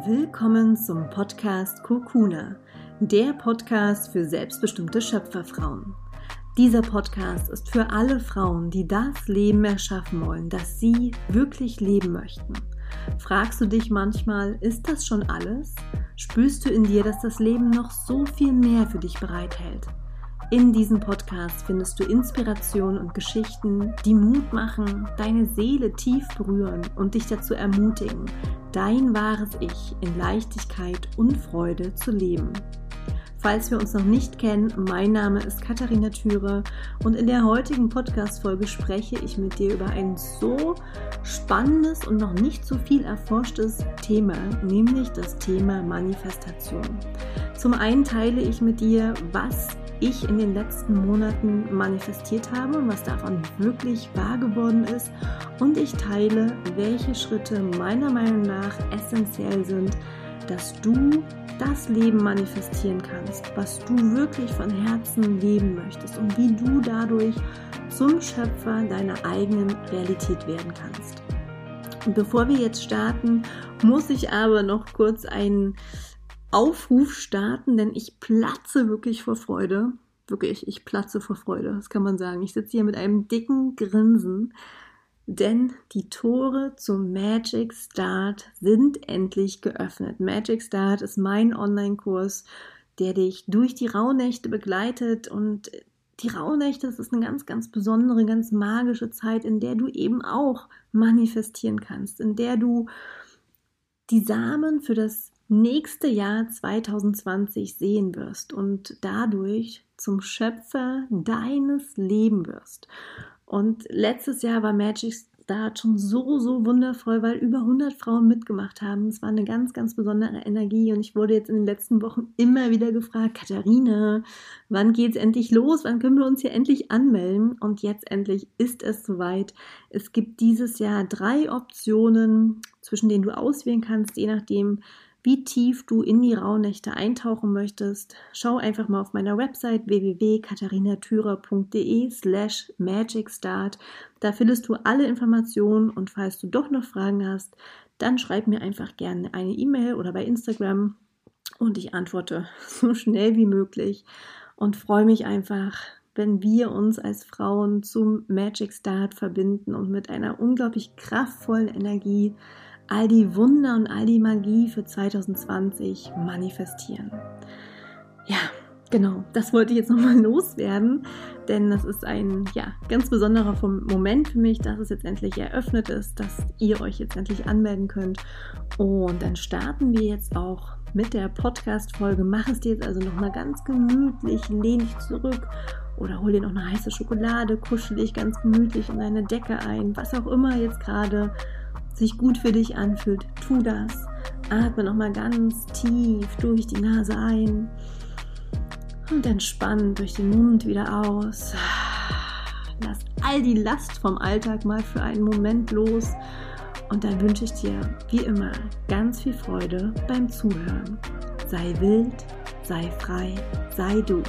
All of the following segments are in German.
Willkommen zum Podcast Kokuna, der Podcast für selbstbestimmte Schöpferfrauen. Dieser Podcast ist für alle Frauen, die das Leben erschaffen wollen, das sie wirklich leben möchten. Fragst du dich manchmal, ist das schon alles? Spürst du in dir, dass das Leben noch so viel mehr für dich bereithält? In diesem Podcast findest du Inspiration und Geschichten, die Mut machen, deine Seele tief berühren und dich dazu ermutigen, dein wahres Ich in Leichtigkeit und Freude zu leben. Falls wir uns noch nicht kennen, mein Name ist Katharina Thürer und in der heutigen Podcast-Folge spreche ich mit dir über ein so spannendes und noch nicht so viel erforschtes Thema, nämlich das Thema Manifestation. Zum einen teile ich mit dir, was ich in den letzten Monaten manifestiert habe und was davon wirklich wahr geworden ist, und ich teile, welche Schritte meiner Meinung nach essentiell sind, dass du das Leben manifestieren kannst, was du wirklich von Herzen leben möchtest und wie du dadurch zum Schöpfer deiner eigenen Realität werden kannst. Und bevor wir jetzt starten, muss ich aber noch kurz einen Aufruf starten, denn ich platze wirklich vor Freude. Wirklich, ich platze vor Freude, das kann man sagen. Ich sitze hier mit einem dicken Grinsen, denn die Tore zum Magic Start sind endlich geöffnet. Magic Start ist mein Online-Kurs, der dich durch die Rauhnächte begleitet, und die Rauhnächte, das ist eine ganz, ganz besondere, ganz magische Zeit, in der du eben auch manifestieren kannst, in der du die Samen für das nächste Jahr 2020 sehen wirst und dadurch zum Schöpfer deines Lebens wirst. Und letztes Jahr war Magic Start schon so wundervoll, weil über 100 Frauen mitgemacht haben. Es war eine ganz, ganz besondere Energie, und ich wurde jetzt in den letzten Wochen immer wieder gefragt: Katharina, wann geht's endlich los? Wann können wir uns hier endlich anmelden? Und jetzt endlich ist es soweit. Es gibt dieses Jahr 3 Optionen, zwischen denen du auswählen kannst, je nachdem, wie tief du in die Rauhnächte eintauchen möchtest. Schau einfach mal auf meiner Website www.katharinathyrer.de/magicstart. Da findest du alle Informationen, und falls du doch noch Fragen hast, dann schreib mir einfach gerne eine E-Mail oder bei Instagram, und ich antworte so schnell wie möglich und freue mich einfach, wenn wir uns als Frauen zum Magic Start verbinden und mit einer unglaublich kraftvollen Energie all die Wunder und all die Magie für 2020 manifestieren. Ja, genau, das wollte ich jetzt nochmal loswerden, denn das ist ein ganz besonderer Moment für mich, dass es jetzt endlich eröffnet ist, dass ihr euch jetzt endlich anmelden könnt. Und dann starten wir jetzt auch mit der Podcast-Folge. Mach es dir jetzt also nochmal ganz gemütlich, lehn dich zurück oder hol dir noch eine heiße Schokolade, kuschel dich ganz gemütlich in deine Decke ein, was auch immer jetzt gerade sich gut für dich anfühlt, tu das. Atme nochmal ganz tief durch die Nase ein und entspann durch den Mund wieder aus. Lass all die Last vom Alltag mal für einen Moment los, und dann wünsche ich dir, wie immer, ganz viel Freude beim Zuhören. Sei wild, sei frei, sei du.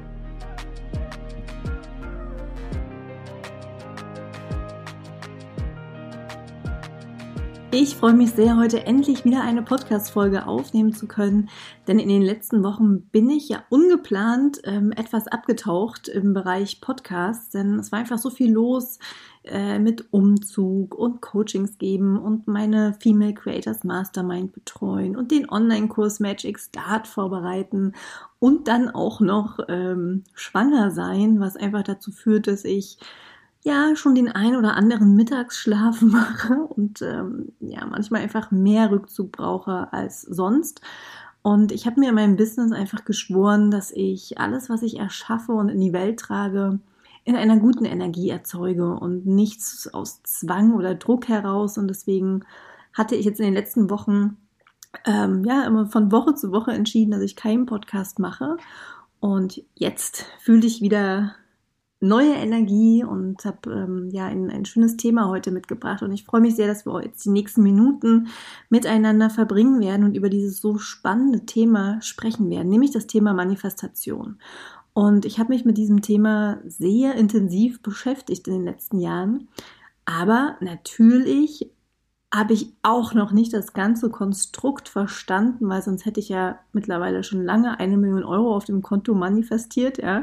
Ich freue mich sehr, heute endlich wieder eine Podcast-Folge aufnehmen zu können, denn in den letzten Wochen bin ich ja ungeplant etwas abgetaucht im Bereich Podcasts, denn es war einfach so viel los mit Umzug und Coachings geben und meine Female Creators Mastermind betreuen und den Online-Kurs Magic Start vorbereiten und dann auch noch schwanger sein, was einfach dazu führt, dass ich schon den ein oder anderen Mittagsschlaf mache und manchmal einfach mehr Rückzug brauche als sonst. Und ich habe mir in meinem Business einfach geschworen, dass ich alles, was ich erschaffe und in die Welt trage, in einer guten Energie erzeuge und nichts aus Zwang oder Druck heraus. Und deswegen hatte ich jetzt in den letzten Wochen immer von Woche zu Woche entschieden, dass ich keinen Podcast mache. Und jetzt fühle ich wieder neue Energie und habe ein schönes Thema heute mitgebracht, und ich freue mich sehr, dass wir jetzt die nächsten Minuten miteinander verbringen werden und über dieses so spannende Thema sprechen werden, nämlich das Thema Manifestation. Und ich habe mich mit diesem Thema sehr intensiv beschäftigt in den letzten Jahren, aber natürlich habe ich auch noch nicht das ganze Konstrukt verstanden, weil sonst hätte ich ja mittlerweile schon lange 1 Million Euro auf dem Konto manifestiert, ja.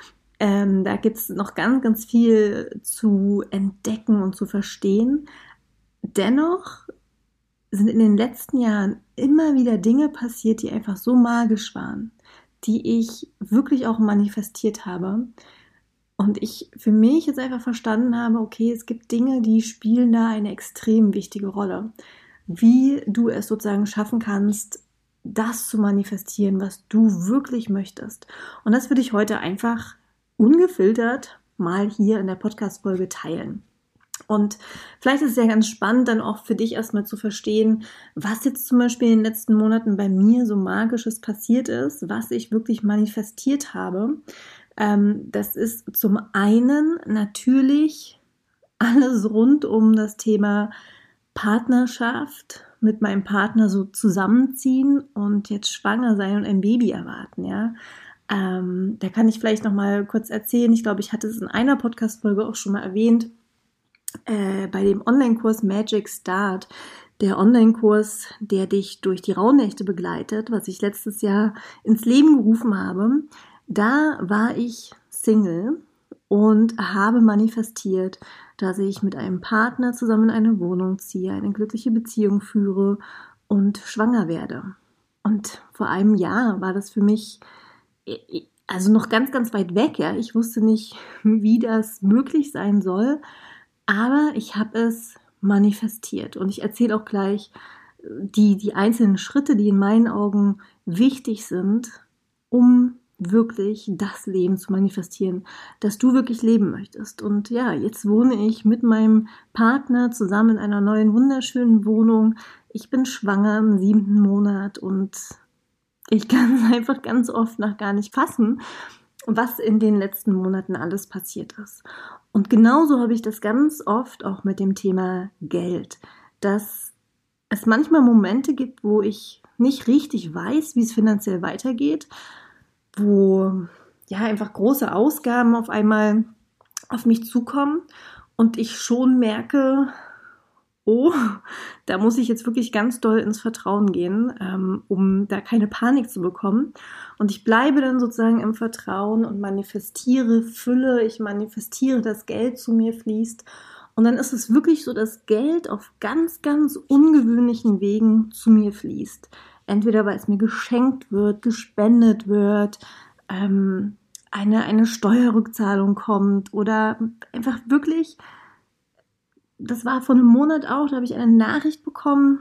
Da gibt es noch ganz, ganz viel zu entdecken und zu verstehen. Dennoch sind in den letzten Jahren immer wieder Dinge passiert, die einfach so magisch waren, die ich wirklich auch manifestiert habe. Und ich für mich jetzt einfach verstanden habe, okay, es gibt Dinge, die spielen da eine extrem wichtige Rolle. Wie du es sozusagen schaffen kannst, das zu manifestieren, was du wirklich möchtest. Und das würde ich heute einfach ungefiltert mal hier in der Podcast-Folge teilen. Und vielleicht ist es ja ganz spannend, dann auch für dich erstmal zu verstehen, was jetzt zum Beispiel in den letzten Monaten bei mir so Magisches passiert ist, was ich wirklich manifestiert habe. Das ist zum einen natürlich alles rund um das Thema Partnerschaft, mit meinem Partner so zusammenziehen und jetzt schwanger sein und ein Baby erwarten, ja. Da kann ich vielleicht noch mal kurz erzählen. Ich glaube, ich hatte es in einer Podcast-Folge auch schon mal erwähnt. Bei dem Online-Kurs Magic Start, der Online-Kurs, der dich durch die Rauhnächte begleitet, was ich letztes Jahr ins Leben gerufen habe, da war ich Single und habe manifestiert, dass ich mit einem Partner zusammen in eine Wohnung ziehe, eine glückliche Beziehung führe und schwanger werde. Und vor einem Jahr war das für mich also noch ganz, ganz weit weg. Ja. Ich wusste nicht, wie das möglich sein soll, aber ich habe es manifestiert. Und ich erzähle auch gleich die einzelnen Schritte, die in meinen Augen wichtig sind, um wirklich das Leben zu manifestieren, das du wirklich leben möchtest. Und ja, jetzt wohne ich mit meinem Partner zusammen in einer neuen, wunderschönen Wohnung. Ich bin schwanger im 7. Monat und ich kann es einfach ganz oft noch gar nicht fassen, was in den letzten Monaten alles passiert ist. Und genauso habe ich das ganz oft auch mit dem Thema Geld, dass es manchmal Momente gibt, wo ich nicht richtig weiß, wie es finanziell weitergeht, wo ja einfach große Ausgaben auf einmal auf mich zukommen und ich schon merke, oh, da muss ich jetzt wirklich ganz doll ins Vertrauen gehen, um da keine Panik zu bekommen. Und ich bleibe dann sozusagen im Vertrauen und manifestiere Fülle, ich manifestiere, dass Geld zu mir fließt. Und dann ist es wirklich so, dass Geld auf ganz, ganz ungewöhnlichen Wegen zu mir fließt. Entweder weil es mir geschenkt wird, gespendet wird, eine Steuerrückzahlung kommt oder einfach wirklich, das war vor einem Monat auch, da habe ich eine Nachricht bekommen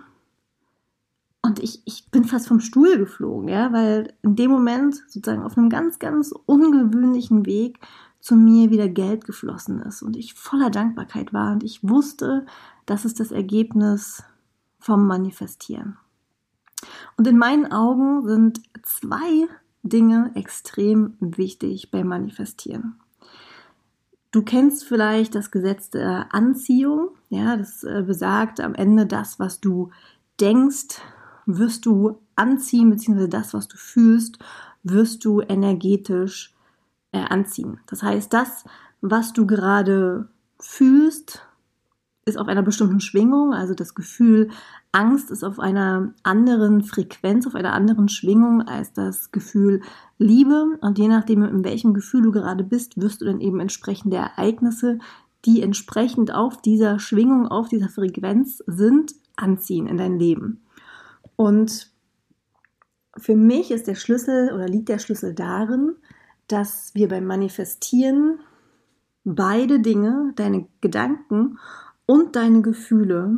und ich bin fast vom Stuhl geflogen, ja, weil in dem Moment sozusagen auf einem ganz, ganz ungewöhnlichen Weg zu mir wieder Geld geflossen ist und ich voller Dankbarkeit war und ich wusste, das ist das Ergebnis vom Manifestieren. Und in meinen Augen sind 2 Dinge extrem wichtig beim Manifestieren. Du kennst vielleicht das Gesetz der Anziehung, ja, das besagt am Ende, das, was du denkst, wirst du anziehen, beziehungsweise das, was du fühlst, wirst du energetisch anziehen. Das heißt, das, was du gerade fühlst, ist auf einer bestimmten Schwingung, also das Gefühl Angst ist auf einer anderen Frequenz, auf einer anderen Schwingung als das Gefühl Liebe. Und je nachdem, in welchem Gefühl du gerade bist, wirst du dann eben entsprechende Ereignisse, die entsprechend auf dieser Schwingung, auf dieser Frequenz sind, anziehen in dein Leben. Und für mich ist der Schlüssel oder liegt der Schlüssel darin, dass wir beim Manifestieren beide Dinge, deine Gedanken und deine Gefühle,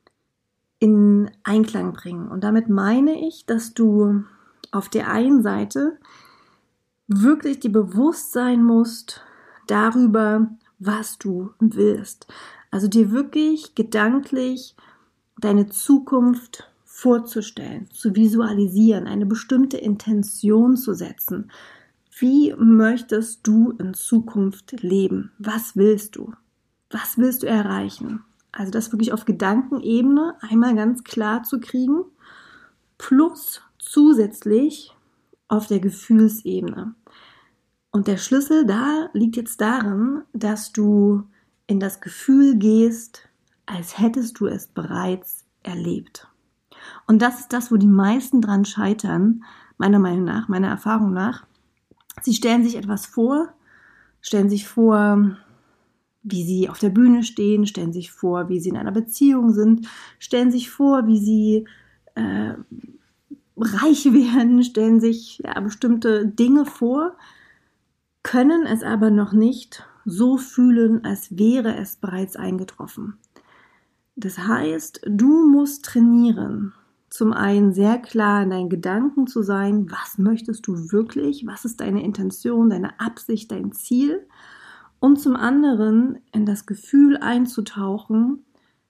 in Einklang bringen. Und damit meine ich, dass du auf der einen Seite wirklich dir bewusst sein musst darüber, was du willst. Also dir wirklich gedanklich deine Zukunft vorzustellen, zu visualisieren, eine bestimmte Intention zu setzen. Wie möchtest du in Zukunft leben? Was willst du? Was willst du erreichen? Also das wirklich auf Gedankenebene einmal ganz klar zu kriegen, plus zusätzlich auf der Gefühlsebene. Und der Schlüssel da liegt jetzt darin, dass du in das Gefühl gehst, als hättest du es bereits erlebt. Und das ist das, wo die meisten dran scheitern, meiner Meinung nach, meiner Erfahrung nach. Sie stellen sich etwas vor, wie sie auf der Bühne stehen, stellen sich vor, wie sie in einer Beziehung sind, stellen sich vor, wie sie reich werden, stellen sich bestimmte Dinge vor, können es aber noch nicht so fühlen, als wäre es bereits eingetroffen. Das heißt, du musst trainieren, zum einen sehr klar in deinen Gedanken zu sein, was möchtest du wirklich, was ist deine Intention, deine Absicht, dein Ziel, und zum anderen in das Gefühl einzutauchen,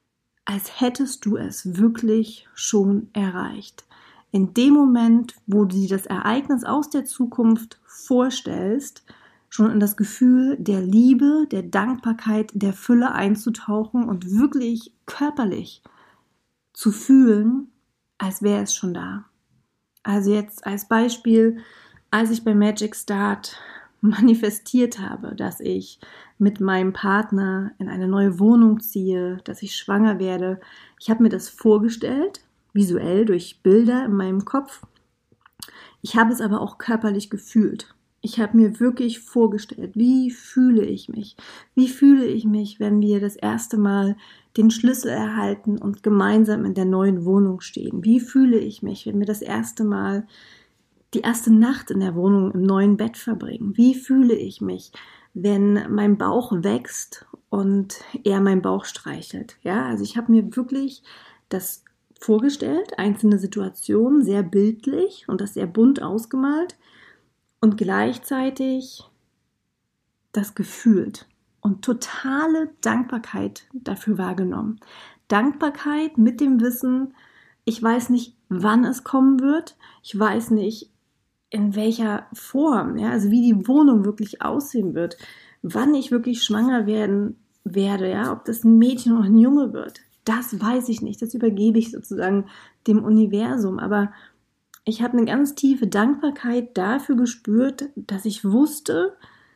als hättest du es wirklich schon erreicht. In dem Moment, wo du dir das Ereignis aus der Zukunft vorstellst, schon in das Gefühl der Liebe, der Dankbarkeit, der Fülle einzutauchen und wirklich körperlich zu fühlen, als wäre es schon da. Also jetzt als Beispiel, als ich bei Magic Start manifestiert habe, dass ich mit meinem Partner in eine neue Wohnung ziehe, dass ich schwanger werde. Ich habe mir das vorgestellt, visuell durch Bilder in meinem Kopf. Ich habe es aber auch körperlich gefühlt. Ich habe mir wirklich vorgestellt, wie fühle ich mich? Wie fühle ich mich, wenn wir das erste Mal den Schlüssel erhalten und gemeinsam in der neuen Wohnung stehen? Wie fühle ich mich, wenn wir das erste Mal die erste Nacht in der Wohnung im neuen Bett verbringen? Wie fühle ich mich, wenn mein Bauch wächst und er meinen Bauch streichelt? Ja, also ich habe mir wirklich das vorgestellt, einzelne Situationen, sehr bildlich und das sehr bunt ausgemalt und gleichzeitig das gefühlt und totale Dankbarkeit dafür wahrgenommen. Dankbarkeit mit dem Wissen, ich weiß nicht, wann es kommen wird, ich weiß nicht, in welcher Form, ja, also wie die Wohnung wirklich aussehen wird, wann ich wirklich schwanger werden werde, ja, ob das ein Mädchen oder ein Junge wird, das weiß ich nicht, das übergebe ich sozusagen dem Universum, aber ich habe eine ganz tiefe Dankbarkeit dafür gespürt, dass ich wusste,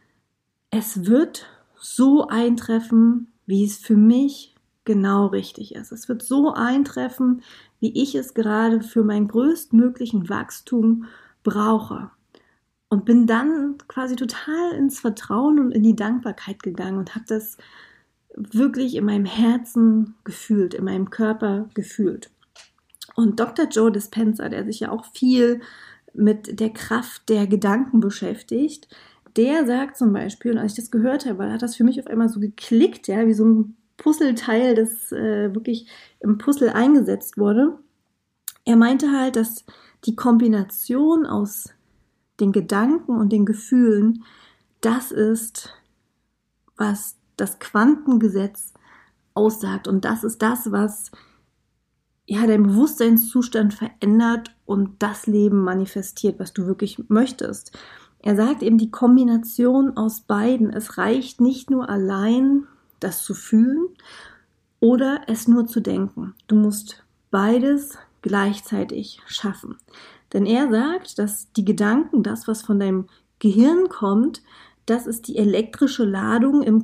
es wird so eintreffen, wie es für mich genau richtig ist. Es wird so eintreffen, wie ich es gerade für meinen größtmöglichen Wachstum brauche. Und bin dann quasi total ins Vertrauen und in die Dankbarkeit gegangen und habe das wirklich in meinem Herzen gefühlt, in meinem Körper gefühlt. Und Dr. Joe Dispenza, der sich ja auch viel mit der Kraft der Gedanken beschäftigt, der sagt zum Beispiel, und als ich das gehört habe, hat das für mich auf einmal so geklickt, ja, wie so ein Puzzleteil, das wirklich im Puzzle eingesetzt wurde. Er meinte halt, dass die Kombination aus den Gedanken und den Gefühlen, das ist, was das Quantengesetz aussagt. Und das ist das, was deinen Bewusstseinszustand verändert und das Leben manifestiert, was du wirklich möchtest. Er sagt eben, die Kombination aus beiden, es reicht nicht nur allein, das zu fühlen oder es nur zu denken. Du musst beides gleichzeitig schaffen. Denn er sagt, dass die Gedanken, das, was von deinem Gehirn kommt, das ist die elektrische Ladung im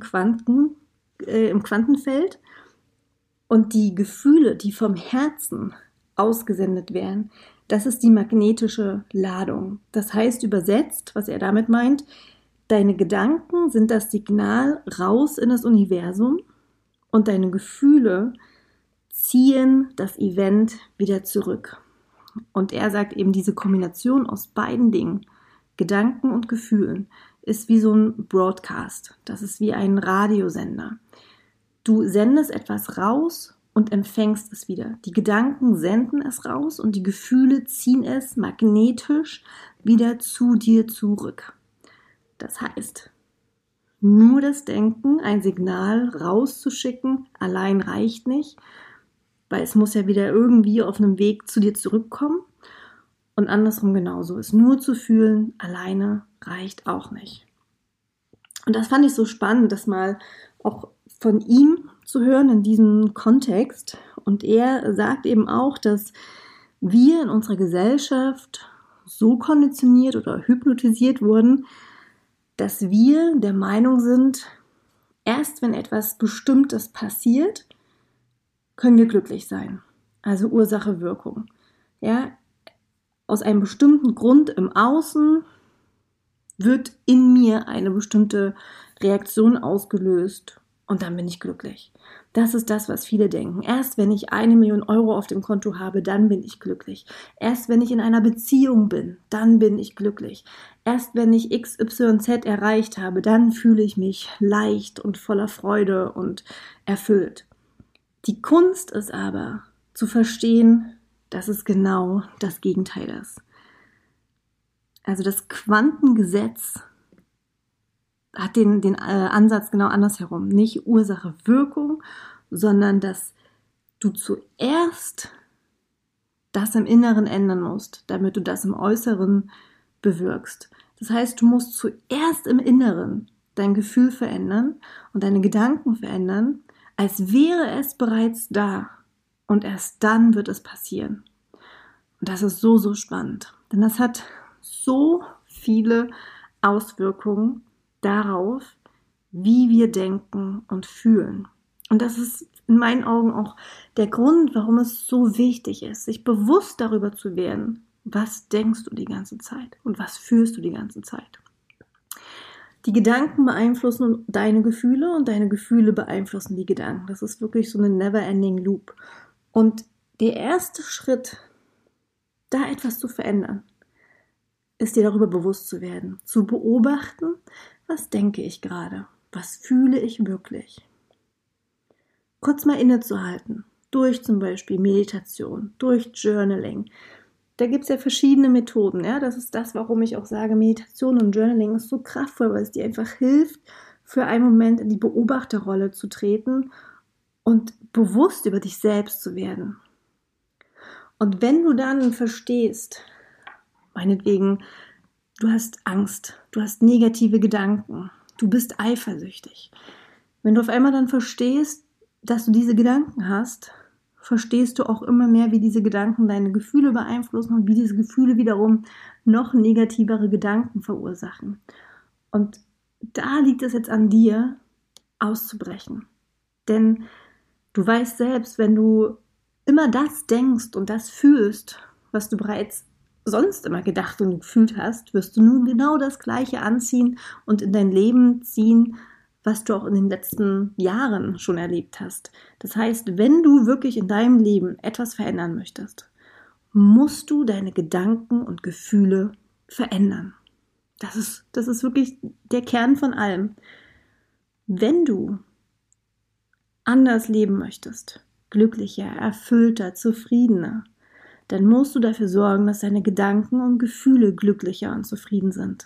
Quantenfeld. Und die Gefühle, die vom Herzen ausgesendet werden, das ist die magnetische Ladung. Das heißt übersetzt, was er damit meint, deine Gedanken sind das Signal raus in das Universum und deine Gefühle ziehen das Event wieder zurück. Und er sagt eben, diese Kombination aus beiden Dingen, Gedanken und Gefühlen, ist wie so ein Broadcast. Das ist wie ein Radiosender. Du sendest etwas raus und empfängst es wieder. Die Gedanken senden es raus und die Gefühle ziehen es magnetisch wieder zu dir zurück. Das heißt, nur das Denken, ein Signal rauszuschicken, allein reicht nicht, weil es muss ja wieder irgendwie auf einem Weg zu dir zurückkommen. Und andersrum genauso. Es nur zu fühlen, alleine reicht auch nicht. Und das fand ich so spannend, das mal auch von ihm zu hören in diesem Kontext. Und er sagt eben auch, dass wir in unserer Gesellschaft so konditioniert oder hypnotisiert wurden, dass wir der Meinung sind, erst wenn etwas Bestimmtes passiert, können wir glücklich sein. Also Ursache, Wirkung. Ja, aus einem bestimmten Grund im Außen wird in mir eine bestimmte Reaktion ausgelöst und dann bin ich glücklich. Das ist das, was viele denken. Erst wenn ich 1 Million Euro auf dem Konto habe, dann bin ich glücklich. Erst wenn ich in einer Beziehung bin, dann bin ich glücklich. Erst wenn ich XYZ erreicht habe, dann fühle ich mich leicht und voller Freude und erfüllt. Die Kunst ist aber, zu verstehen, dass es genau das Gegenteil ist. Also das Quantengesetz hat den Ansatz genau andersherum. Nicht Ursache, Wirkung, sondern dass du zuerst das im Inneren ändern musst, damit du das im Äußeren bewirkst. Das heißt, du musst zuerst im Inneren dein Gefühl verändern und deine Gedanken verändern, als wäre es bereits da. Und erst dann wird es passieren. Und das ist so, so spannend. Denn das hat so viele Auswirkungen darauf, wie wir denken und fühlen. Und das ist in meinen Augen auch der Grund, warum es so wichtig ist, sich bewusst darüber zu werden, was denkst du die ganze Zeit und was fühlst du die ganze Zeit. Die Gedanken beeinflussen deine Gefühle und deine Gefühle beeinflussen die Gedanken. Das ist wirklich so eine never-ending Loop. Und der erste Schritt, da etwas zu verändern, ist dir darüber bewusst zu werden, zu beobachten, was denke ich gerade, was fühle ich wirklich. Kurz mal innezuhalten, durch zum Beispiel Meditation, durch Journaling. Da gibt es ja verschiedene Methoden. Ja? Das ist das, warum ich auch sage, Meditation und Journaling ist so kraftvoll, weil es dir einfach hilft, für einen Moment in die Beobachterrolle zu treten und bewusst über dich selbst zu werden. Und wenn du dann verstehst, meinetwegen, du hast Angst, du hast negative Gedanken, du bist eifersüchtig. Wenn du auf einmal dann verstehst, dass du diese Gedanken hast, verstehst du auch immer mehr, wie diese Gedanken deine Gefühle beeinflussen und wie diese Gefühle wiederum noch negativere Gedanken verursachen. Und da liegt es jetzt an dir, auszubrechen. Denn du weißt selbst, wenn du immer das denkst und das fühlst, was du bereits sonst immer gedacht und gefühlt hast, wirst du nun genau das Gleiche anziehen und in dein Leben ziehen, was du auch in den letzten Jahren schon erlebt hast. Das heißt, wenn du wirklich in deinem Leben etwas verändern möchtest, musst du deine Gedanken und Gefühle verändern. Das ist wirklich der Kern von allem. Wenn du anders leben möchtest, glücklicher, erfüllter, zufriedener, dann musst du dafür sorgen, dass deine Gedanken und Gefühle glücklicher und zufrieden sind.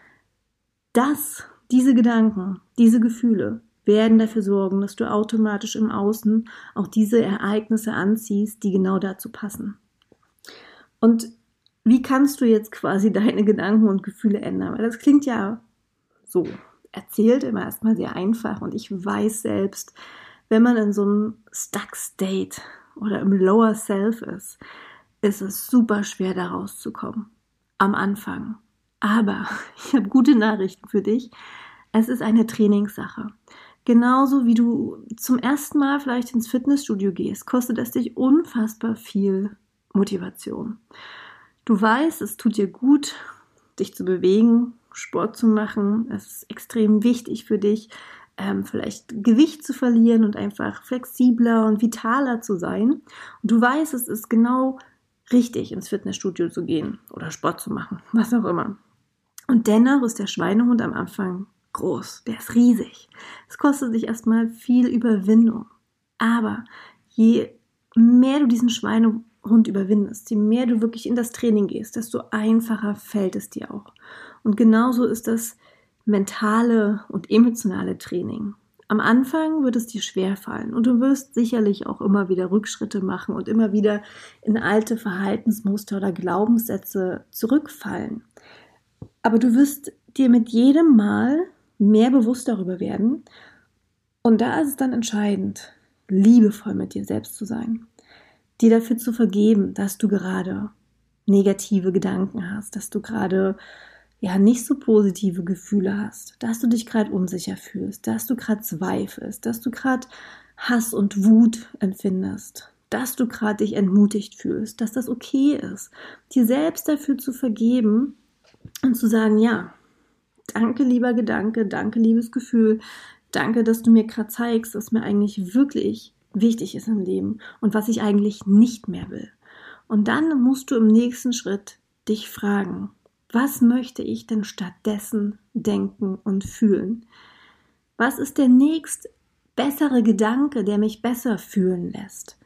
Diese Gedanken, diese Gefühle werden dafür sorgen, dass du automatisch im Außen auch diese Ereignisse anziehst, die genau dazu passen. Und wie kannst du jetzt quasi deine Gedanken und Gefühle ändern? Weil das klingt ja so erzählt immer erstmal sehr einfach und ich weiß selbst, wenn man in so einem Stuck State oder im Lower Self ist es super schwer, da rauszukommen. Am Anfang. Aber ich habe gute Nachrichten für dich. Es ist eine Trainingssache. Genauso wie du zum ersten Mal vielleicht ins Fitnessstudio gehst, kostet es dich unfassbar viel Motivation. Du weißt, es tut dir gut, dich zu bewegen, Sport zu machen. Es ist extrem wichtig für dich, vielleicht Gewicht zu verlieren und einfach flexibler und vitaler zu sein. Und du weißt, es ist genau richtig, ins Fitnessstudio zu gehen oder Sport zu machen, was auch immer. Und dennoch ist der Schweinehund am Anfang groß, der ist riesig. Es kostet dich erstmal viel Überwindung. Aber je mehr du diesen Schweinehund überwindest, je mehr du wirklich in das Training gehst, desto einfacher fällt es dir auch. Und genauso ist das mentale und emotionale Training. Am Anfang wird es dir schwerfallen und du wirst sicherlich auch immer wieder Rückschritte machen und immer wieder in alte Verhaltensmuster oder Glaubenssätze zurückfallen. Aber du wirst dir mit jedem Mal mehr bewusst darüber werden und da ist es dann entscheidend, liebevoll mit dir selbst zu sein, dir dafür zu vergeben, dass du gerade negative Gedanken hast, dass du gerade nicht so positive Gefühle hast, dass du dich gerade unsicher fühlst, dass du gerade zweifelst, dass du gerade Hass und Wut empfindest, dass du gerade dich entmutigt fühlst, dass das okay ist, dir selbst dafür zu vergeben und zu sagen, ja, danke lieber Gedanke, danke liebes Gefühl, danke, dass du mir gerade zeigst, was mir eigentlich wirklich wichtig ist im Leben und was ich eigentlich nicht mehr will. Und dann musst du im nächsten Schritt dich fragen, was möchte ich denn stattdessen denken und fühlen? Was ist der nächst bessere Gedanke, der mich besser fühlen lässt?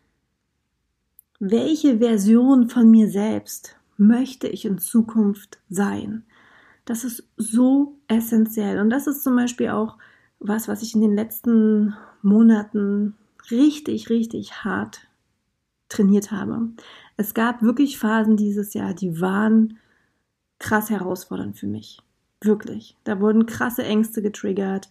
Welche Version von mir selbst möchte ich in Zukunft sein? Das ist so essentiell. Und das ist zum Beispiel auch was ich in den letzten Monaten richtig, richtig hart trainiert habe. Es gab wirklich Phasen dieses Jahr, die waren krass herausfordernd für mich. Wirklich. Da wurden krasse Ängste getriggert.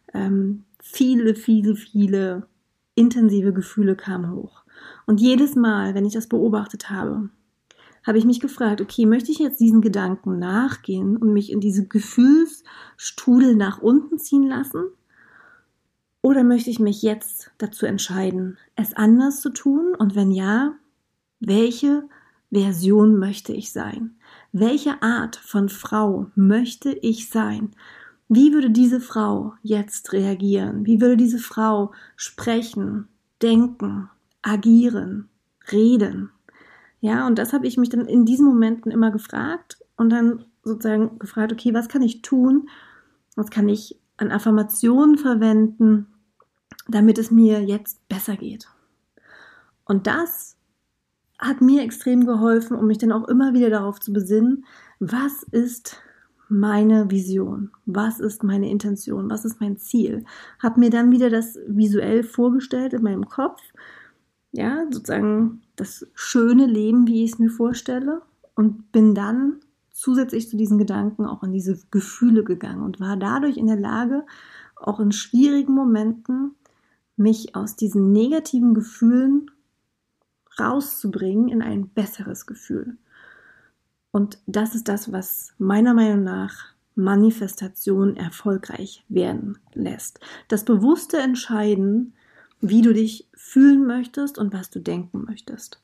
Viele intensive Gefühle kamen hoch. Und jedes Mal, wenn ich das beobachtet habe, habe ich mich gefragt, okay, möchte ich jetzt diesen Gedanken nachgehen und mich in diese Gefühlsstrudel nach unten ziehen lassen? Oder möchte ich mich jetzt dazu entscheiden, es anders zu tun? Und wenn ja, welche Version möchte ich sein? Welche Art von Frau möchte ich sein? Wie würde diese Frau jetzt reagieren? Wie würde diese Frau sprechen, denken, agieren, reden? Ja, und das habe ich mich dann in diesen Momenten immer gefragt und dann sozusagen gefragt, okay, was kann ich tun? Was kann ich an Affirmationen verwenden, damit es mir jetzt besser geht? Und das hat mir extrem geholfen, um mich dann auch immer wieder darauf zu besinnen, was ist meine Vision? Was ist meine Intention? Was ist mein Ziel? Habe mir dann wieder das visuell vorgestellt in meinem Kopf, ja, sozusagen das schöne Leben, wie ich es mir vorstelle, und bin dann zusätzlich zu diesen Gedanken auch in diese Gefühle gegangen und war dadurch in der Lage, auch in schwierigen Momenten mich aus diesen negativen Gefühlen rauszubringen in ein besseres Gefühl. Und das ist das, was meiner Meinung nach Manifestation erfolgreich werden lässt. Das bewusste Entscheiden, wie du dich fühlen möchtest und was du denken möchtest.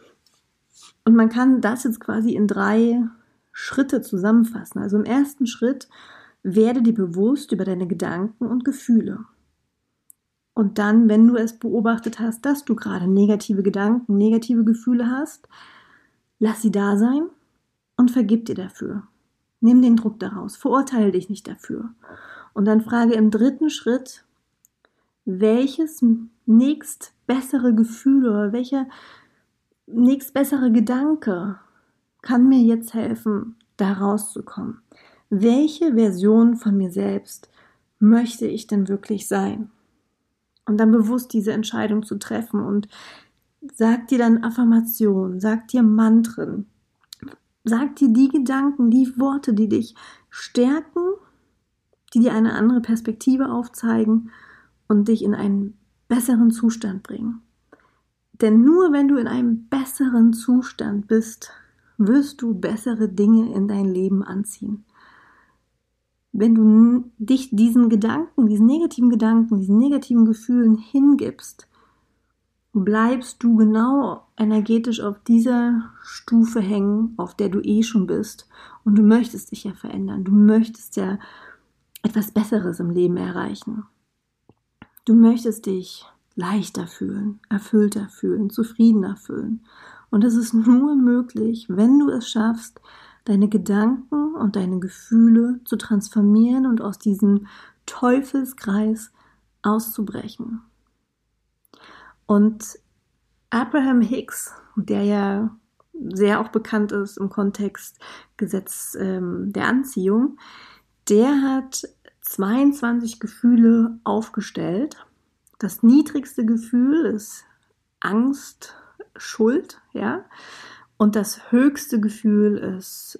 Und man kann das jetzt quasi in 3 Schritte zusammenfassen. Also im ersten Schritt, werde dir bewusst über deine Gedanken und Gefühle. Und dann, wenn du es beobachtet hast, dass du gerade negative Gedanken, negative Gefühle hast, lass sie da sein und vergib dir dafür. Nimm den Druck daraus, verurteile dich nicht dafür. Und dann frage im 3. Schritt, welches nächst bessere Gefühl oder welcher nächst bessere Gedanke kann mir jetzt helfen, da rauszukommen? Welche Version von mir selbst möchte ich denn wirklich sein? Und dann bewusst diese Entscheidung zu treffen und sag dir dann Affirmationen, sag dir Mantren, sag dir die Gedanken, die Worte, die dich stärken, die dir eine andere Perspektive aufzeigen und dich in einen besseren Zustand bringen. Denn nur wenn du in einem besseren Zustand bist, wirst du bessere Dinge in dein Leben anziehen. Wenn du dich diesen Gedanken, diesen negativen Gedanken, diesen negativen Gefühlen hingibst, bleibst du genau energetisch auf dieser Stufe hängen, auf der du schon bist. Und du möchtest dich ja verändern. Du möchtest ja etwas Besseres im Leben erreichen. Du möchtest dich leichter fühlen, erfüllter fühlen, zufriedener fühlen. Und das ist nur möglich, wenn du es schaffst, deine Gedanken und deine Gefühle zu transformieren und aus diesem Teufelskreis auszubrechen. Und Abraham Hicks, der ja sehr auch bekannt ist im Kontext Gesetz der Anziehung, der hat 22 Gefühle aufgestellt. Das niedrigste Gefühl ist Angst, Schuld, ja. Und das höchste Gefühl ist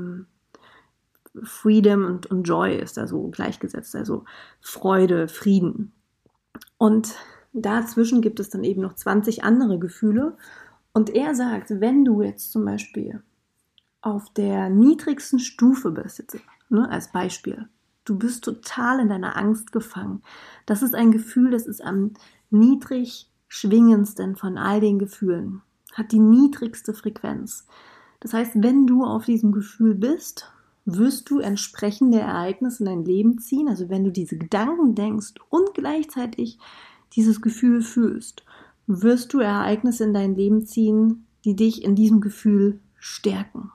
Freedom und Joy ist also gleichgesetzt, also Freude, Frieden. Und dazwischen gibt es dann eben noch 20 andere Gefühle. Und er sagt, wenn du jetzt zum Beispiel auf der niedrigsten Stufe bist, jetzt, als Beispiel, du bist total in deiner Angst gefangen. Das ist ein Gefühl, das ist am niedrig schwingendsten von all den Gefühlen, hat die niedrigste Frequenz. Das heißt, wenn du auf diesem Gefühl bist, wirst du entsprechende Ereignisse in dein Leben ziehen. Also wenn du diese Gedanken denkst und gleichzeitig dieses Gefühl fühlst, wirst du Ereignisse in dein Leben ziehen, die dich in diesem Gefühl stärken.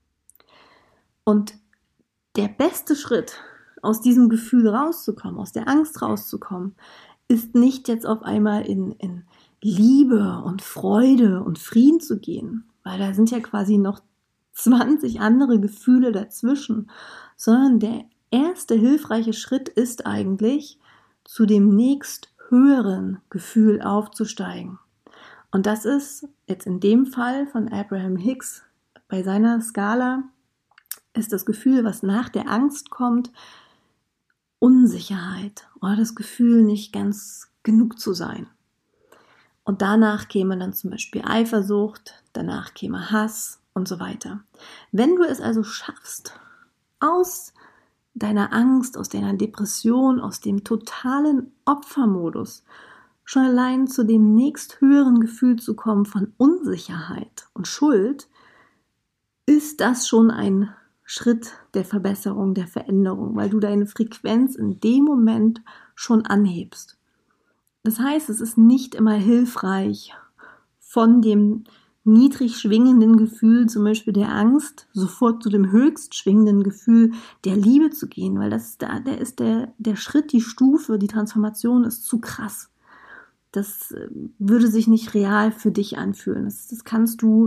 Und der beste Schritt, aus diesem Gefühl rauszukommen, aus der Angst rauszukommen, ist nicht jetzt auf einmal in Liebe und Freude und Frieden zu gehen, weil da sind ja quasi noch 20 andere Gefühle dazwischen, sondern der erste hilfreiche Schritt ist eigentlich, zu dem nächst höheren Gefühl aufzusteigen. Und das ist jetzt in dem Fall von Abraham Hicks, bei seiner Skala, ist das Gefühl, was nach der Angst kommt, Unsicherheit oder das Gefühl, nicht ganz genug zu sein. Und danach käme dann zum Beispiel Eifersucht, danach käme Hass und so weiter. Wenn du es also schaffst, aus deiner Angst, aus deiner Depression, aus dem totalen Opfermodus schon allein zu dem nächsthöheren Gefühl zu kommen von Unsicherheit und Schuld, ist das schon ein Schritt der Verbesserung, der Veränderung, weil du deine Frequenz in dem Moment schon anhebst. Das heißt, es ist nicht immer hilfreich, von dem niedrig schwingenden Gefühl, zum Beispiel der Angst, sofort zu dem höchst schwingenden Gefühl der Liebe zu gehen, weil der Schritt, die Stufe, die Transformation ist zu krass. Das würde sich nicht real für dich anfühlen. Das kannst du,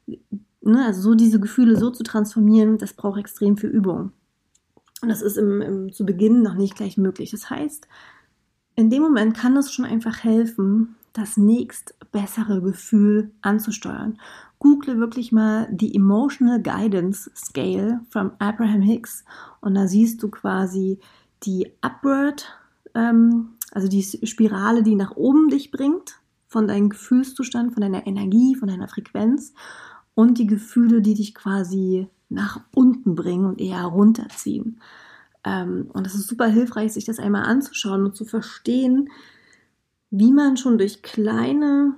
also so diese Gefühle so zu transformieren, das braucht extrem viel Übung. Und das ist zu Beginn noch nicht gleich möglich. Das heißt, in dem Moment kann es schon einfach helfen, das nächst bessere Gefühl anzusteuern. Google wirklich mal die Emotional Guidance Scale von Abraham Hicks und da siehst du quasi die Upward, also die Spirale, die nach oben dich bringt, von deinem Gefühlszustand, von deiner Energie, von deiner Frequenz und die Gefühle, die dich quasi nach unten bringen und eher runterziehen. Und es ist super hilfreich, sich das einmal anzuschauen und zu verstehen, wie man schon durch kleine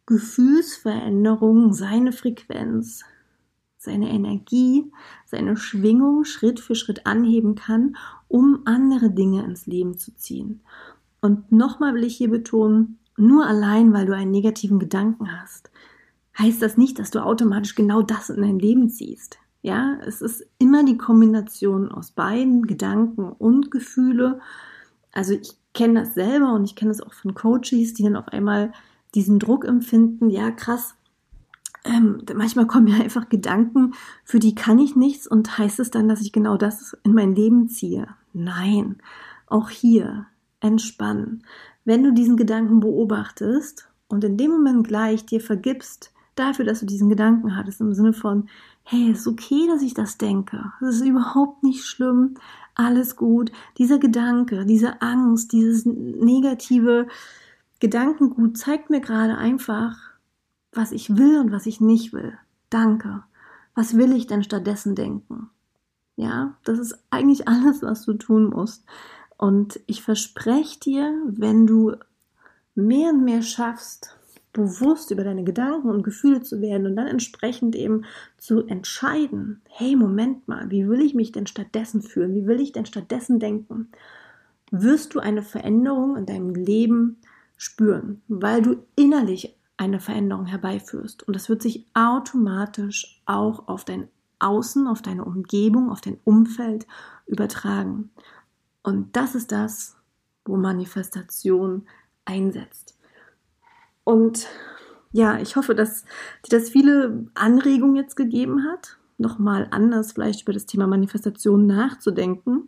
Gefühlsveränderungen seine Frequenz, seine Energie, seine Schwingung Schritt für Schritt anheben kann, um andere Dinge ins Leben zu ziehen. Und nochmal will ich hier betonen, nur allein, weil du einen negativen Gedanken hast, heißt das nicht, dass du automatisch genau das in dein Leben ziehst. Ja, es ist immer die Kombination aus beiden, Gedanken und Gefühle. Also ich kenne das selber und ich kenne das auch von Coaches, die dann auf einmal diesen Druck empfinden, ja krass, manchmal kommen mir einfach Gedanken, für die kann ich nichts und heißt es dann, dass ich genau das in mein Leben ziehe? Nein, auch hier entspannen. Wenn du diesen Gedanken beobachtest und in dem Moment gleich dir vergibst dafür, dass du diesen Gedanken hattest, im Sinne von, hey, es ist okay, dass ich das denke. Es ist überhaupt nicht schlimm. Alles gut. Dieser Gedanke, diese Angst, dieses negative Gedankengut zeigt mir gerade einfach, was ich will und was ich nicht will. Danke. Was will ich denn stattdessen denken? Ja, das ist eigentlich alles, was du tun musst. Und ich verspreche dir, wenn du mehr und mehr schaffst, bewusst über deine Gedanken und Gefühle zu werden und dann entsprechend eben zu entscheiden, hey, Moment mal, wie will ich mich denn stattdessen fühlen? Wie will ich denn stattdessen denken? Wirst du eine Veränderung in deinem Leben spüren, weil du innerlich eine Veränderung herbeiführst. Und das wird sich automatisch auch auf dein Außen, auf deine Umgebung, auf dein Umfeld übertragen. Und das ist das, wo Manifestation einsetzt. Und ja, ich hoffe, dass dir das viele Anregungen jetzt gegeben hat, nochmal anders vielleicht über das Thema Manifestation nachzudenken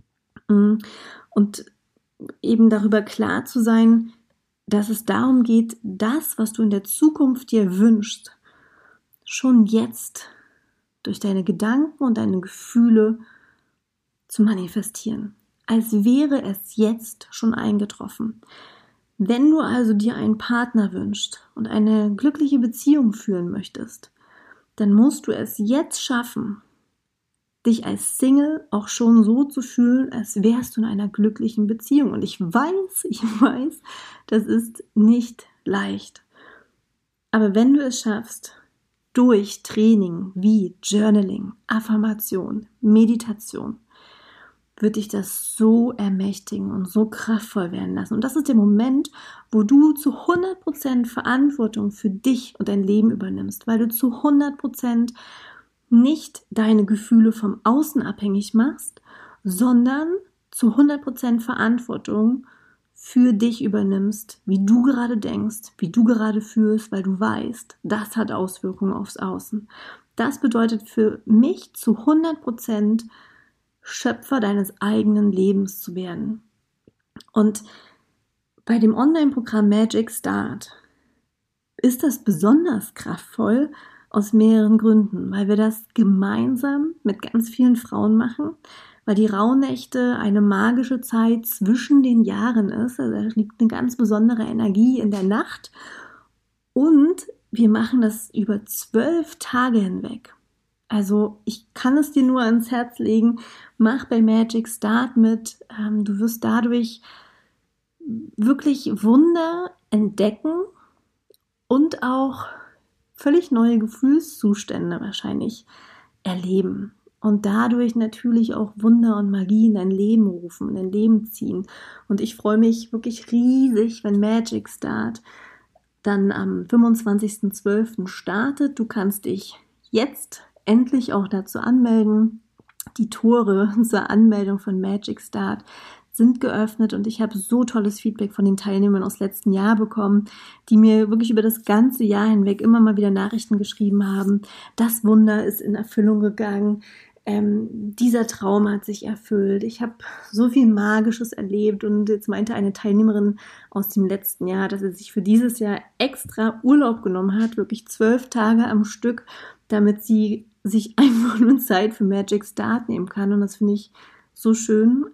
und eben darüber klar zu sein, dass es darum geht, das, was du in der Zukunft dir wünschst, schon jetzt durch deine Gedanken und deine Gefühle zu manifestieren, als wäre es jetzt schon eingetroffen. Wenn du also dir einen Partner wünschst und eine glückliche Beziehung führen möchtest, dann musst du es jetzt schaffen, dich als Single auch schon so zu fühlen, als wärst du in einer glücklichen Beziehung. Und ich weiß, das ist nicht leicht. Aber wenn du es schaffst, durch Training wie Journaling, Affirmation, Meditation, wird dich das so ermächtigen und so kraftvoll werden lassen. Und das ist der Moment, wo du zu 100% Verantwortung für dich und dein Leben übernimmst, weil du zu 100% nicht deine Gefühle vom Außen abhängig machst, sondern zu 100% Verantwortung für dich übernimmst, wie du gerade denkst, wie du gerade fühlst, weil du weißt, das hat Auswirkungen aufs Außen. Das bedeutet für mich zu 100% Schöpfer deines eigenen Lebens zu werden. Und bei dem Online-Programm Magic Start ist das besonders kraftvoll aus mehreren Gründen, weil wir das gemeinsam mit ganz vielen Frauen machen, weil die Rauhnächte eine magische Zeit zwischen den Jahren ist, also da liegt eine ganz besondere Energie in der Nacht und wir machen das über 12 Tage hinweg. Also ich kann es dir nur ans Herz legen, mach bei Magic Start mit, du wirst dadurch wirklich Wunder entdecken und auch völlig neue Gefühlszustände wahrscheinlich erleben und dadurch natürlich auch Wunder und Magie in dein Leben rufen, in dein Leben ziehen. Und ich freue mich wirklich riesig, wenn Magic Start dann am 25.12. startet. Du kannst dich jetzt endlich auch dazu anmelden. Die Tore zur Anmeldung von Magic Start sind geöffnet und ich habe so tolles Feedback von den Teilnehmern aus letzten Jahr bekommen, die mir wirklich über das ganze Jahr hinweg immer mal wieder Nachrichten geschrieben haben. Das Wunder ist in Erfüllung gegangen. Dieser Traum hat sich erfüllt. Ich habe so viel Magisches erlebt und jetzt meinte eine Teilnehmerin aus dem letzten Jahr, dass sie sich für dieses Jahr extra Urlaub genommen hat, wirklich 12 Tage am Stück, damit sie sich einfach nur Zeit für Magic Start nehmen kann und das finde ich so schön.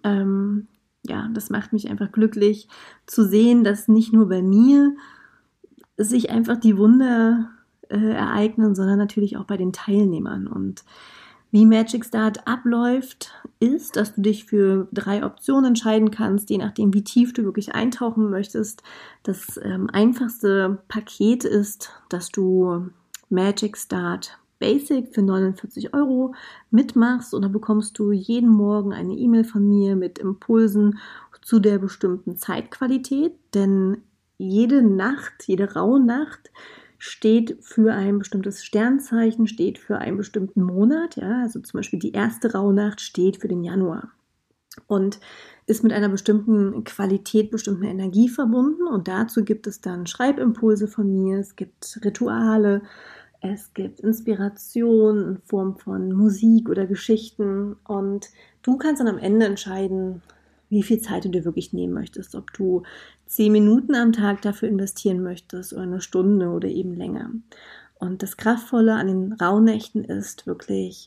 Das macht mich einfach glücklich zu sehen, dass nicht nur bei mir sich einfach die Wunder ereignen, sondern natürlich auch bei den Teilnehmern. Und wie Magic Start abläuft, ist, dass du dich für 3 Optionen entscheiden kannst, je nachdem, wie tief du wirklich eintauchen möchtest. Das einfachste Paket ist, dass du Magic Start Basic für 49 € mitmachst und dann bekommst du jeden Morgen eine E-Mail von mir mit Impulsen zu der bestimmten Zeitqualität, denn jede Nacht, jede Rauhnacht steht für ein bestimmtes Sternzeichen, steht für einen bestimmten Monat, ja, also zum Beispiel die erste Rauhnacht steht für den Januar und ist mit einer bestimmten Qualität, bestimmten Energie verbunden und dazu gibt es dann Schreibimpulse von mir, es gibt Rituale, es gibt Inspiration in Form von Musik oder Geschichten und du kannst dann am Ende entscheiden, wie viel Zeit du dir wirklich nehmen möchtest, ob du 10 Minuten am Tag dafür investieren möchtest oder eine Stunde oder eben länger. Und das Kraftvolle an den Rauhnächten ist wirklich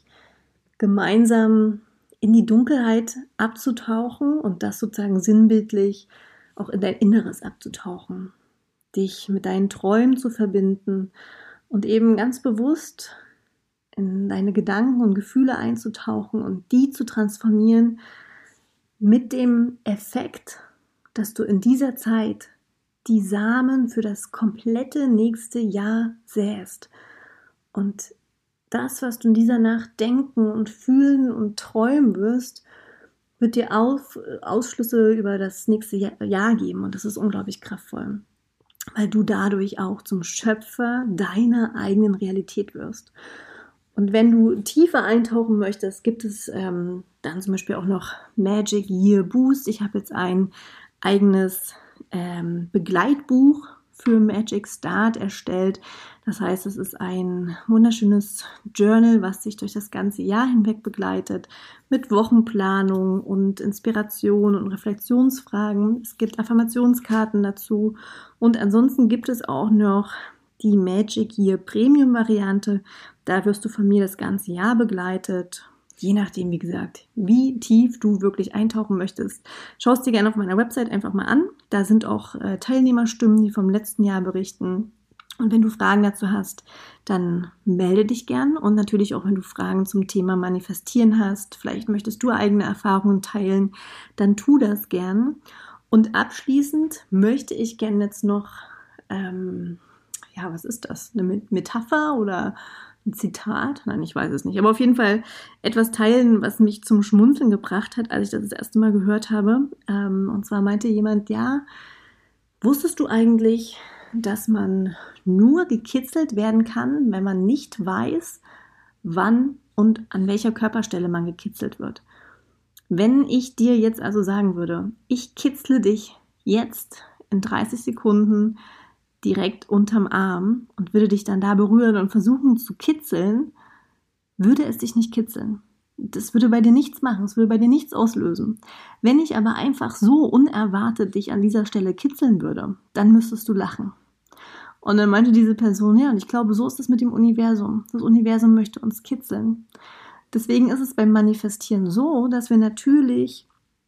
gemeinsam in die Dunkelheit abzutauchen und das sozusagen sinnbildlich auch in dein Inneres abzutauchen, dich mit deinen Träumen zu verbinden und eben ganz bewusst in deine Gedanken und Gefühle einzutauchen und die zu transformieren mit dem Effekt, dass du in dieser Zeit die Samen für das komplette nächste Jahr säst. Und das, was du in dieser Nacht denken und fühlen und träumen wirst, wird dir Ausschlüsse über das nächste Jahr geben. Und das ist unglaublich kraftvoll, weil du dadurch auch zum Schöpfer deiner eigenen Realität wirst. Und wenn du tiefer eintauchen möchtest, gibt es dann zum Beispiel auch noch Magic Year Boost. Ich habe jetzt ein eigenes Begleitbuch für Magic Start erstellt. Das heißt, es ist ein wunderschönes Journal, was sich durch das ganze Jahr hinweg begleitet, mit Wochenplanung und Inspiration und Reflexionsfragen. Es gibt Affirmationskarten dazu und ansonsten gibt es auch noch die Magic Year Premium Variante. Da wirst du von mir das ganze Jahr begleitet. Je nachdem, wie gesagt, wie tief du wirklich eintauchen möchtest. Schau es dir gerne auf meiner Website einfach mal an. Da sind auch Teilnehmerstimmen, die vom letzten Jahr berichten. Und wenn du Fragen dazu hast, dann melde dich gern. Und natürlich auch, wenn du Fragen zum Thema Manifestieren hast, vielleicht möchtest du eigene Erfahrungen teilen, dann tu das gern. Und abschließend möchte ich gerne jetzt noch, was ist das? Eine Metapher oder ein Zitat? Nein, ich weiß es nicht. Aber auf jeden Fall etwas teilen, was mich zum Schmunzeln gebracht hat, als ich das erste Mal gehört habe. Und zwar meinte jemand, ja, wusstest du eigentlich, dass man nur gekitzelt werden kann, wenn man nicht weiß, wann und an welcher Körperstelle man gekitzelt wird. Wenn ich dir jetzt also sagen würde, ich kitzle dich jetzt in 30 Sekunden direkt unterm Arm und würde dich dann da berühren und versuchen zu kitzeln, würde es dich nicht kitzeln. Das würde bei dir nichts machen, es würde bei dir nichts auslösen. Wenn ich aber einfach so unerwartet dich an dieser Stelle kitzeln würde, dann müsstest du lachen. Und dann meinte diese Person, ja, und ich glaube, so ist es mit dem Universum. Das Universum möchte uns kitzeln. Deswegen ist es beim Manifestieren so, dass wir natürlich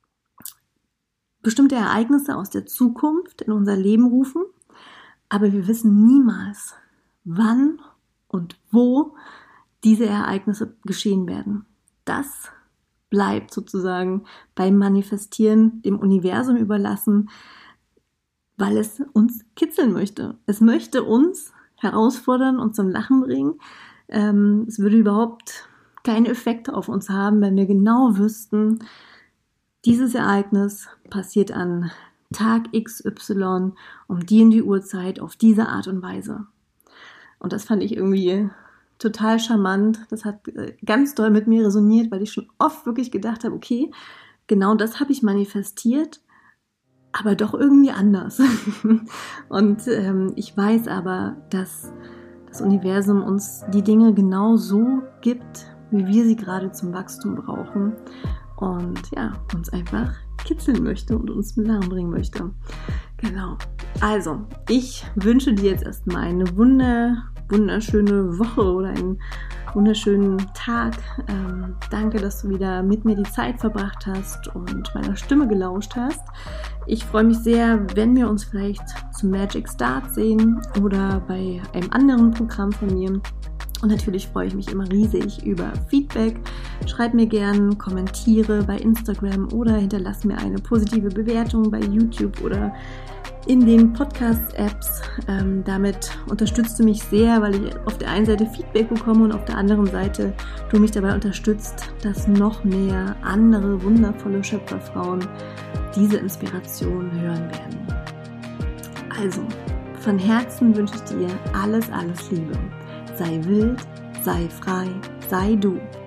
bestimmte Ereignisse aus der Zukunft in unser Leben rufen, aber wir wissen niemals, wann und wo diese Ereignisse geschehen werden. Das bleibt sozusagen beim Manifestieren dem Universum überlassen, weil es uns kitzeln möchte. Es möchte uns herausfordern und zum Lachen bringen. Es würde überhaupt keine Effekte auf uns haben, wenn wir genau wüssten, dieses Ereignis passiert an Tag XY um die in die Uhrzeit auf diese Art und Weise. Und das fand ich irgendwie total charmant. Das hat ganz doll mit mir resoniert, weil ich schon oft wirklich gedacht habe, okay, genau das habe ich manifestiert, aber doch irgendwie anders. Und ich weiß aber, dass das Universum uns die Dinge genau so gibt, wie wir sie gerade zum Wachstum brauchen und ja, uns einfach kitzeln möchte und uns mit Lachen bringen möchte. Genau. Also, ich wünsche dir jetzt erstmal eine wunderschöne Woche oder einen wunderschönen Tag. Danke, dass du wieder mit mir die Zeit verbracht hast und meiner Stimme gelauscht hast. Ich freue mich sehr, wenn wir uns vielleicht zum Magic Start sehen oder bei einem anderen Programm von mir. Und natürlich freue ich mich immer riesig über Feedback. Schreib mir gern, kommentiere bei Instagram oder hinterlass mir eine positive Bewertung bei YouTube oder in den Podcast-Apps. Damit unterstützt du mich sehr, weil ich auf der einen Seite Feedback bekomme und auf der anderen Seite du mich dabei unterstützt, dass noch mehr andere wundervolle Schöpferfrauen diese Inspiration hören werden. Also, von Herzen wünsche ich dir alles Liebe. Sei wild, sei frei, sei du.